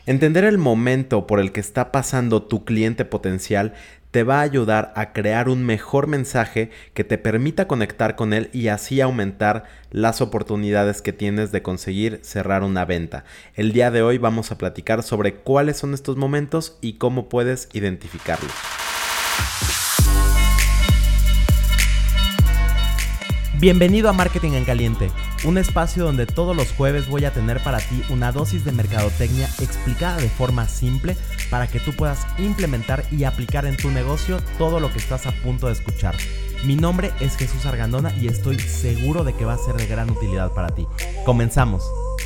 Entender el momento por el que está pasando tu cliente potencial te va a ayudar a crear un mejor mensaje que te permita conectar con él y así aumentar las oportunidades que tienes de conseguir cerrar una venta. El día de hoy vamos a platicar sobre cuáles son estos momentos y cómo puedes identificarlos. Bienvenido a Marketing en Caliente, un espacio donde todos los jueves voy a tener para ti una dosis de mercadotecnia explicada de forma simple para que tú puedas implementar y aplicar en tu negocio todo lo que estás a punto de escuchar. Mi nombre es Jesús Argandona y estoy seguro de que va a ser de gran utilidad para ti. Comenzamos.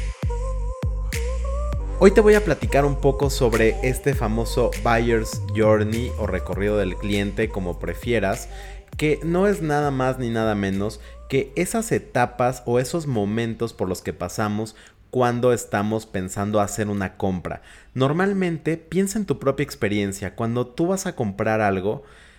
Hoy te voy a platicar un poco sobre este famoso Buyer's Journey o recorrido del cliente, como prefieras, que no es nada más ni nada menos que esas etapas o esos momentos por los que pasamos cuando estamos pensando hacer una compra. Normalmente piensa en tu propia experiencia. Cuando tú vas a comprar algo,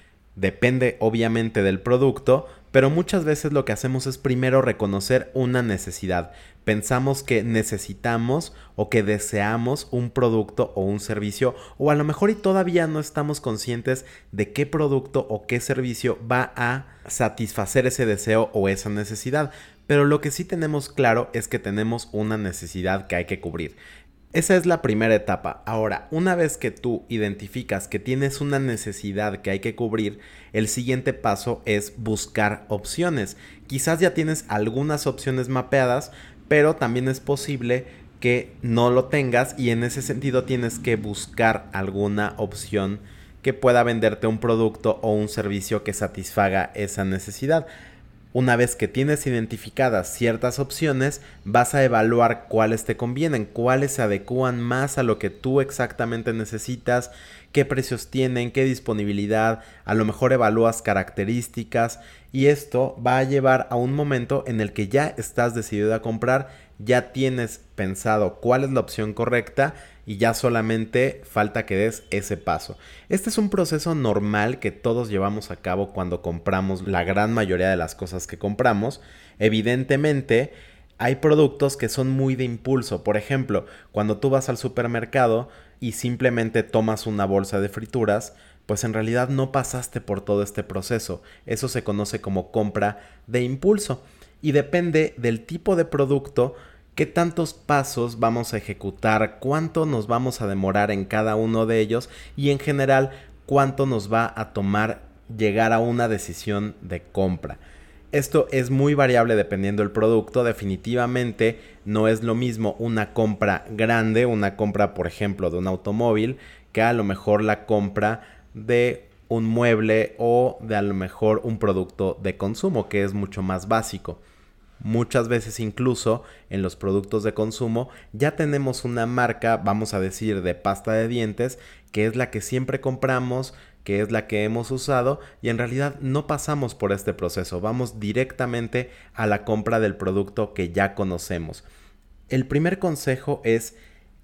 depende obviamente del producto, pero muchas veces lo que hacemos es primero reconocer una necesidad. Pensamos que necesitamos o que deseamos un producto o un servicio, o a lo mejor y todavía no estamos conscientes de qué producto o qué servicio va a satisfacer ese deseo o esa necesidad. Pero lo que sí tenemos claro es que tenemos una necesidad que hay que cubrir. Esa es la primera etapa. Ahora, una vez que tú identificas que tienes una necesidad que hay que cubrir, el siguiente paso es buscar opciones. Quizás ya tienes algunas opciones mapeadas, pero también es posible que no lo tengas y en ese sentido tienes que buscar alguna opción que pueda venderte un producto o un servicio que satisfaga esa necesidad. Una vez que tienes identificadas ciertas opciones, vas a evaluar cuáles te convienen, cuáles se adecúan más a lo que tú exactamente necesitas, qué precios tienen, qué disponibilidad, a lo mejor evalúas características y esto va a llevar a un momento en el que ya estás decidido a comprar, ya tienes pensado cuál es la opción correcta y ya solamente falta que des ese paso. Este es un proceso normal que todos llevamos a cabo cuando compramos la gran mayoría de las cosas que compramos. Evidentemente, hay productos que son muy de impulso. Por ejemplo, cuando tú vas al supermercado y simplemente tomas una bolsa de frituras, pues en realidad no pasaste por todo este proceso. Eso se conoce como compra de impulso. Y depende del tipo de producto, qué tantos pasos vamos a ejecutar, cuánto nos vamos a demorar en cada uno de ellos y en general cuánto nos va a tomar llegar a una decisión de compra. Esto es muy variable dependiendo del producto. Definitivamente no es lo mismo una compra grande, una compra por ejemplo de un automóvil, que a lo mejor la compra de un mueble o de a lo mejor un producto de consumo que es mucho más básico. Muchas veces incluso en los productos de consumo ya tenemos una marca, vamos a decir, de pasta de dientes, que es la que siempre compramos, que es la que hemos usado y en realidad no pasamos por este proceso, vamos directamente a la compra del producto que ya conocemos. El primer consejo es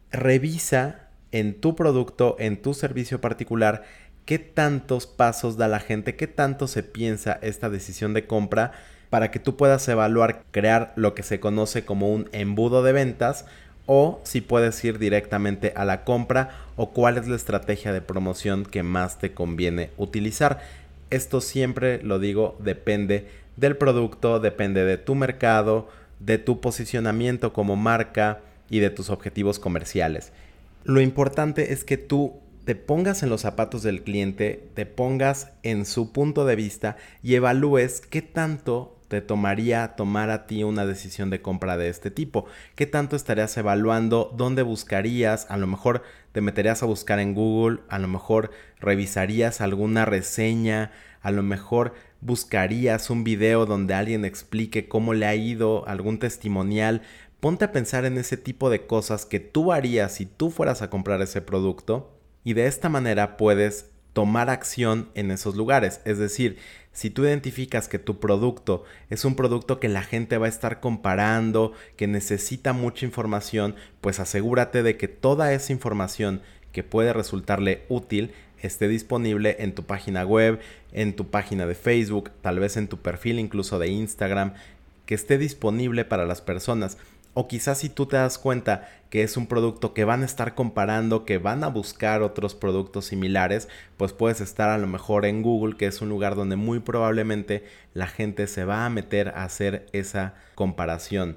revisa en tu producto, en tu servicio particular, qué tantos pasos da la gente, qué tanto se piensa esta decisión de compra para que tú puedas evaluar, crear lo que se conoce como un embudo de ventas o si puedes ir directamente a la compra o cuál es la estrategia de promoción que más te conviene utilizar. Esto siempre, lo digo, depende del producto, depende de tu mercado, de tu posicionamiento como marca y de tus objetivos comerciales. Lo importante es que tú te pongas en los zapatos del cliente, te pongas en su punto de vista y evalúes qué tanto te tomaría tomar a ti una decisión de compra de este tipo. ¿Qué tanto estarías evaluando? ¿Dónde buscarías? A lo mejor te meterías a buscar en Google, a lo mejor revisarías alguna reseña, a lo mejor buscarías un video donde alguien explique cómo le ha ido, algún testimonial. Ponte a pensar en ese tipo de cosas que tú harías si tú fueras a comprar ese producto y de esta manera puedes tomar acción en esos lugares. Es decir, si tú identificas que tu producto es un producto que la gente va a estar comparando, que necesita mucha información, pues asegúrate de que toda esa información que puede resultarle útil esté disponible en tu página web, en tu página de Facebook, tal vez en tu perfil incluso de Instagram, que esté disponible para las personas. O quizás si tú te das cuenta que es un producto que van a estar comparando, que van a buscar otros productos similares, pues puedes estar a lo mejor en Google, que es un lugar donde muy probablemente la gente se va a meter a hacer esa comparación.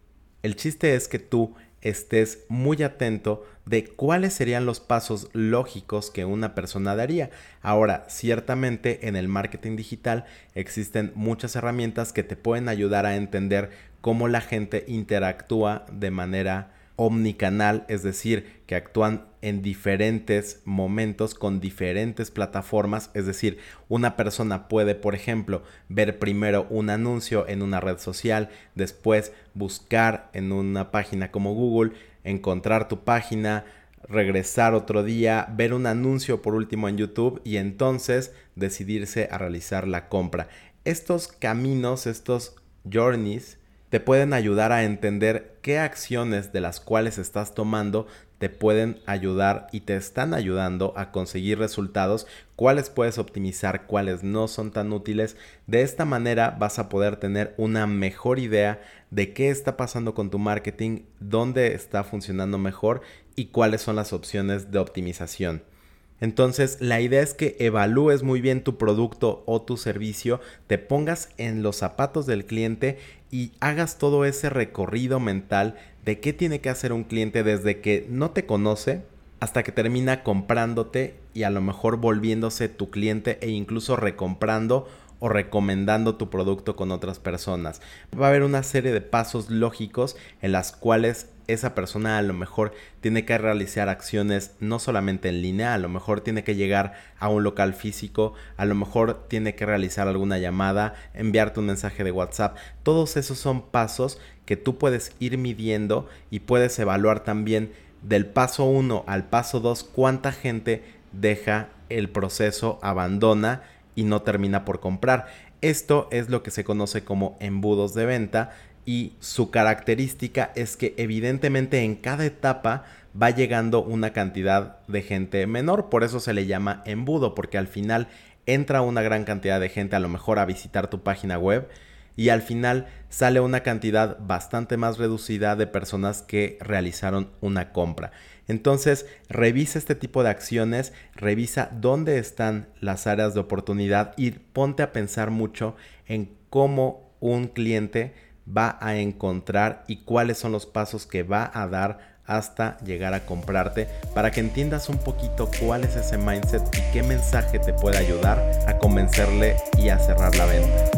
El chiste es que tú estés muy atento de cuáles serían los pasos lógicos que una persona daría. Ahora, ciertamente en el marketing digital existen muchas herramientas que te pueden ayudar a entender cómo la gente interactúa de manera omnicanal, es decir, que actúan en diferentes momentos con diferentes plataformas. Es decir, una persona puede, por ejemplo, ver primero un anuncio en una red social, después buscar en una página como Google, encontrar tu página, regresar otro día, ver un anuncio por último en YouTube y entonces decidirse a realizar la compra. Estos caminos, estos journeys, te pueden ayudar a entender qué acciones de las cuales estás tomando te pueden ayudar y te están ayudando a conseguir resultados, cuáles puedes optimizar, cuáles no son tan útiles. De esta manera vas a poder tener una mejor idea de qué está pasando con tu marketing, dónde está funcionando mejor y cuáles son las opciones de optimización. Entonces, la idea es que evalúes muy bien tu producto o tu servicio, te pongas en los zapatos del cliente y hagas todo ese recorrido mental de qué tiene que hacer un cliente desde que no te conoce hasta que termina comprándote y a lo mejor volviéndose tu cliente e incluso recomprando o recomendando tu producto con otras personas. Va a haber una serie de pasos lógicos en las cuales esa persona a lo mejor tiene que realizar acciones no solamente en línea, a lo mejor tiene que llegar a un local físico, a lo mejor tiene que realizar alguna llamada, enviarte un mensaje de WhatsApp. Todos esos son pasos que tú puedes ir midiendo y puedes evaluar también del paso 1 al paso 2 cuánta gente deja el proceso, abandona y no termina por comprar. Esto es lo que se conoce como embudos de venta y su característica es que evidentemente en cada etapa va llegando una cantidad de gente menor, por eso se le llama embudo, porque al final entra una gran cantidad de gente a lo mejor a visitar tu página web y al final sale una cantidad bastante más reducida de personas que realizaron una compra. Entonces, revisa este tipo de acciones, revisa dónde están las áreas de oportunidad y ponte a pensar mucho en cómo un cliente va a encontrar y cuáles son los pasos que va a dar hasta llegar a comprarte, para que entiendas un poquito cuál es ese mindset y qué mensaje te puede ayudar a convencerle y a cerrar la venta.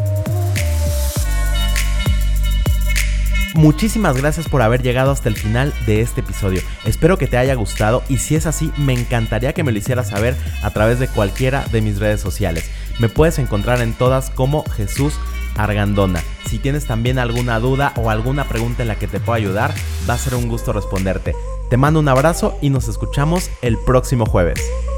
Muchísimas gracias por haber llegado hasta el final de este episodio. Espero que te haya gustado y si es así, me encantaría que me lo hicieras saber a través de cualquiera de mis redes sociales. Me puedes encontrar en todas como Jesús Argandona. Si tienes también alguna duda o alguna pregunta en la que te pueda ayudar, va a ser un gusto responderte. Te mando un abrazo y nos escuchamos el próximo jueves.